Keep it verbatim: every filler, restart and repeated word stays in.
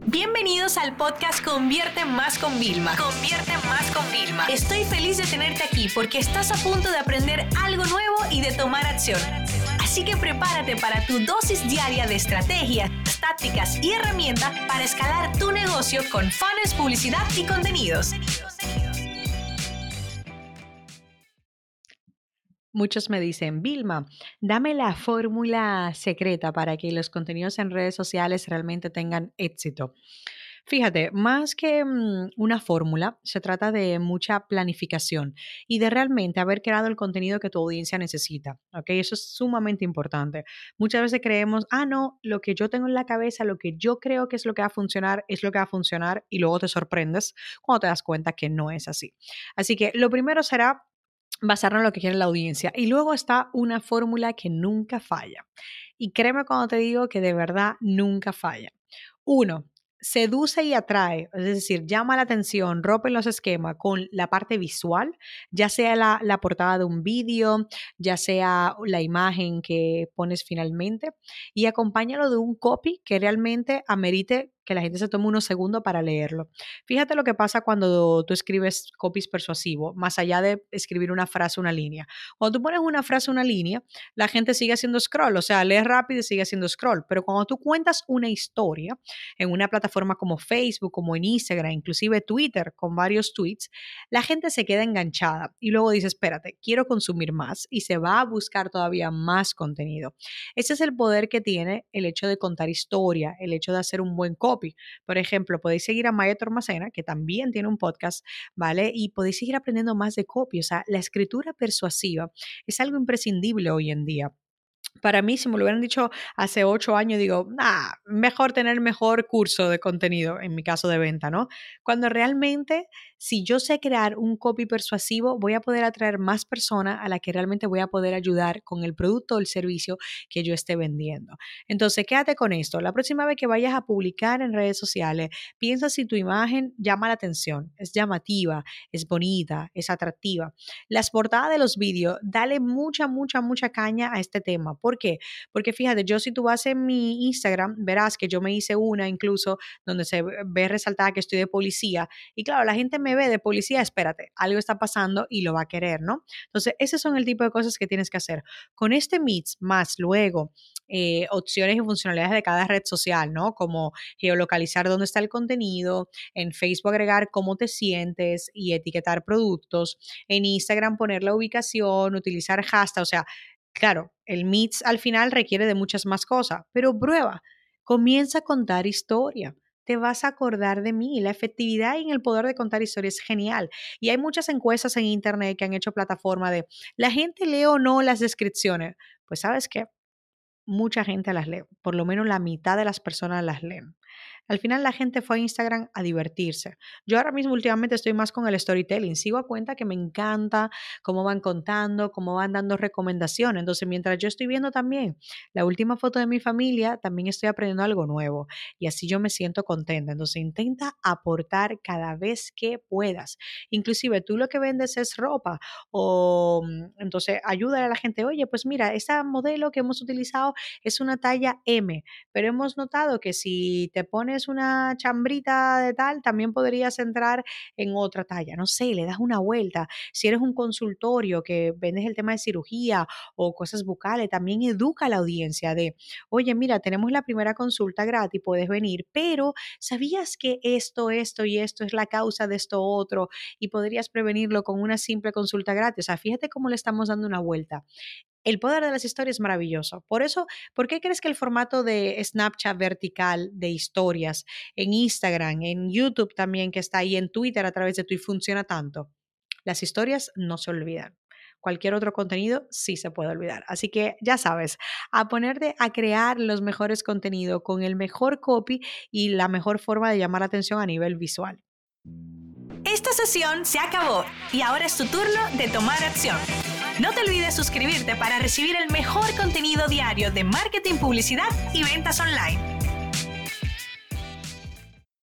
Bienvenidos al podcast Convierte Más con Vilma. Convierte Más con Vilma. Estoy feliz de tenerte aquí porque estás a punto de aprender algo nuevo y de tomar acción. Así que prepárate para tu dosis diaria de estrategias, tácticas y herramientas para escalar tu negocio con funnels, publicidad y contenidos. Muchos me dicen, Vilma, dame la fórmula secreta para que los contenidos en redes sociales realmente tengan éxito. Fíjate, más que mm, una fórmula, se trata de mucha planificación y de realmente haber creado el contenido que tu audiencia necesita, ¿ok? Eso es sumamente importante. Muchas veces creemos, ah, no, lo que yo tengo en la cabeza, lo que yo creo que es lo que va a funcionar, es lo que va a funcionar y luego te sorprendes cuando te das cuenta que no es así. Así que lo primero será basarnos en lo que quiere la audiencia. Y luego está una fórmula que nunca falla. Y créeme cuando te digo que de verdad nunca falla. Uno, seduce y atrae, es decir, llama la atención, rompe los esquemas con la parte visual, ya sea la, la portada de un vídeo, ya sea la imagen que pones finalmente, y acompáñalo de un copy que realmente amerite que la gente se tome unos segundos para leerlo. Fíjate lo que pasa cuando tú escribes copies persuasivos, más allá de escribir una frase, una línea. Cuando tú pones una frase, una línea, la gente sigue haciendo scroll, o sea, lee rápido y sigue haciendo scroll. Pero cuando tú cuentas una historia en una plataforma como Facebook, como en Instagram, inclusive Twitter, con varios tweets, la gente se queda enganchada y luego dice, espérate, quiero consumir más y se va a buscar todavía más contenido. Ese es el poder que tiene el hecho de contar historia, el hecho de hacer un buen copy. Por ejemplo, podéis seguir a Maya Tormacena, que también tiene un podcast, ¿vale? Y podéis seguir aprendiendo más de copy. O sea, la escritura persuasiva es algo imprescindible hoy en día. Para mí, si me lo hubieran dicho hace ocho años, digo, nah, mejor tener mejor curso de contenido, en mi caso de venta, ¿no? Cuando realmente, si yo sé crear un copy persuasivo, voy a poder atraer más personas a las que realmente voy a poder ayudar con el producto o el servicio que yo esté vendiendo. Entonces, quédate con esto. La próxima vez que vayas a publicar en redes sociales, piensa si tu imagen llama la atención, es llamativa, es bonita, es atractiva. Las portadas de los vídeos, dale mucha, mucha, mucha caña a este tema. ¿Por qué? Porque fíjate, yo si tú vas en mi Instagram, verás que yo me hice una incluso donde se ve resaltada que estoy de policía y claro, la gente me ve de policía, espérate, algo está pasando y lo va a querer, ¿no? Entonces, esos son el tipo de cosas que tienes que hacer. Con este mix más luego eh, opciones y funcionalidades de cada red social, ¿no? Como geolocalizar dónde está el contenido, en Facebook agregar cómo te sientes y etiquetar productos, en Instagram poner la ubicación, utilizar hashtag, o sea, claro, el mix al final requiere de muchas más cosas, pero prueba, comienza a contar historia. Te vas a acordar de mí. La efectividad y el poder de contar historias es genial. Y hay muchas encuestas en internet que han hecho plataforma de ¿la gente lee o no las descripciones? Pues ¿sabes qué? Mucha gente las lee. Por lo menos la mitad de las personas las leen. Al final la gente fue a Instagram a divertirse. Yo ahora mismo últimamente estoy más con el storytelling. Sigo a cuenta que me encanta cómo van contando, cómo van dando recomendaciones. Entonces, mientras yo estoy viendo también la última foto de mi familia, también estoy aprendiendo algo nuevo. Y así yo me siento contenta. Entonces, intenta aportar cada vez que puedas. Inclusive, tú lo que vendes es ropa. O entonces, ayuda a la gente. Oye, pues mira, esta modelo que hemos utilizado es una talla M. Pero hemos notado que si te pones una chambrita de tal, también podrías entrar en otra talla. No sé, le das una vuelta. Si eres un consultorio que vendes el tema de cirugía o cosas bucales, también educa a la audiencia de, oye, mira, tenemos la primera consulta gratis, puedes venir, pero ¿sabías que esto, esto y esto es la causa de esto otro y podrías prevenirlo con una simple consulta gratis? O sea, fíjate cómo le estamos dando una vuelta. El poder de las historias es maravilloso. Por eso, ¿por qué crees que el formato de Snapchat vertical de historias en Instagram, en YouTube también que está ahí, en Twitter a través de Twitter funciona tanto? Las historias no se olvidan. Cualquier otro contenido sí se puede olvidar. Así que ya sabes, a ponerte a crear los mejores contenidos con el mejor copy y la mejor forma de llamar la atención a nivel visual. Esta sesión se acabó y ahora es tu turno de tomar acción. No te olvides suscribirte para recibir el mejor contenido diario de marketing, publicidad y ventas online.